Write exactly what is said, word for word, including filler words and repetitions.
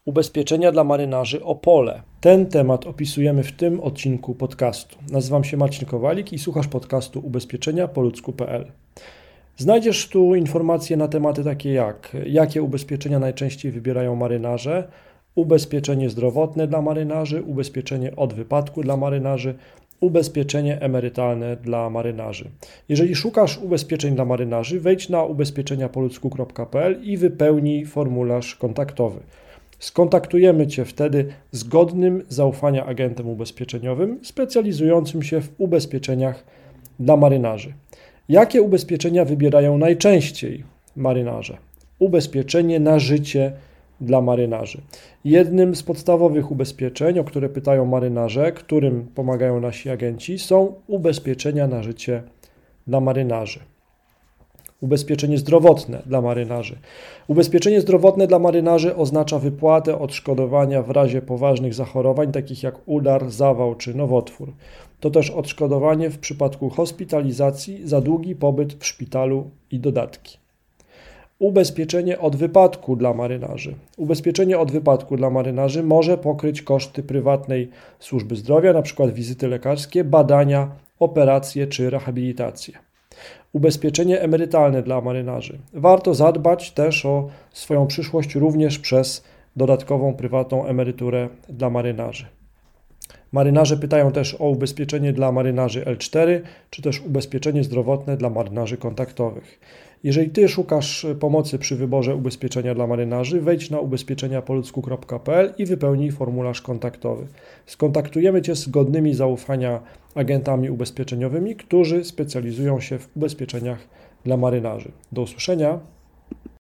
Ubezpieczenia dla marynarzy Opole. Ten temat opisujemy w tym odcinku podcastu. Nazywam się Marcin Kowalik i słuchasz podcastu ubezpieczenia po ludzku kropka p l. Znajdziesz tu informacje na tematy takie jak jakie ubezpieczenia najczęściej wybierają marynarze, ubezpieczenie zdrowotne dla marynarzy, ubezpieczenie od wypadku dla marynarzy, ubezpieczenie emerytalne dla marynarzy. Jeżeli szukasz ubezpieczeń dla marynarzy, wejdź na ubezpieczenia po ludzku kropka p l i wypełnij formularz kontaktowy. Skontaktujemy Cię wtedy z godnym zaufania agentem ubezpieczeniowym specjalizującym się w ubezpieczeniach dla marynarzy. Jakie ubezpieczenia wybierają najczęściej marynarze? Ubezpieczenie na życie dla marynarzy. Jednym z podstawowych ubezpieczeń, o które pytają marynarze, którym pomagają nasi agenci, są ubezpieczenia na życie dla marynarzy. Ubezpieczenie zdrowotne dla marynarzy. Ubezpieczenie zdrowotne dla marynarzy oznacza wypłatę odszkodowania w razie poważnych zachorowań, takich jak udar, zawał czy nowotwór. To też odszkodowanie w przypadku hospitalizacji za długi pobyt w szpitalu i dodatki. Ubezpieczenie od wypadku dla marynarzy. Ubezpieczenie od wypadku dla marynarzy może pokryć koszty prywatnej służby zdrowia, np. wizyty lekarskie, badania, operacje czy rehabilitacje. Ubezpieczenie emerytalne dla marynarzy. Warto zadbać też o swoją przyszłość również przez dodatkową prywatną emeryturę dla marynarzy. Marynarze pytają też o ubezpieczenie dla marynarzy L cztery, czy też ubezpieczenie zdrowotne dla marynarzy kontaktowych. Jeżeli Ty szukasz pomocy przy wyborze ubezpieczenia dla marynarzy, wejdź na ubezpieczenia po ludzku kropka p l i wypełnij formularz kontaktowy. Skontaktujemy Cię z godnymi zaufania agentami ubezpieczeniowymi, którzy specjalizują się w ubezpieczeniach dla marynarzy. Do usłyszenia.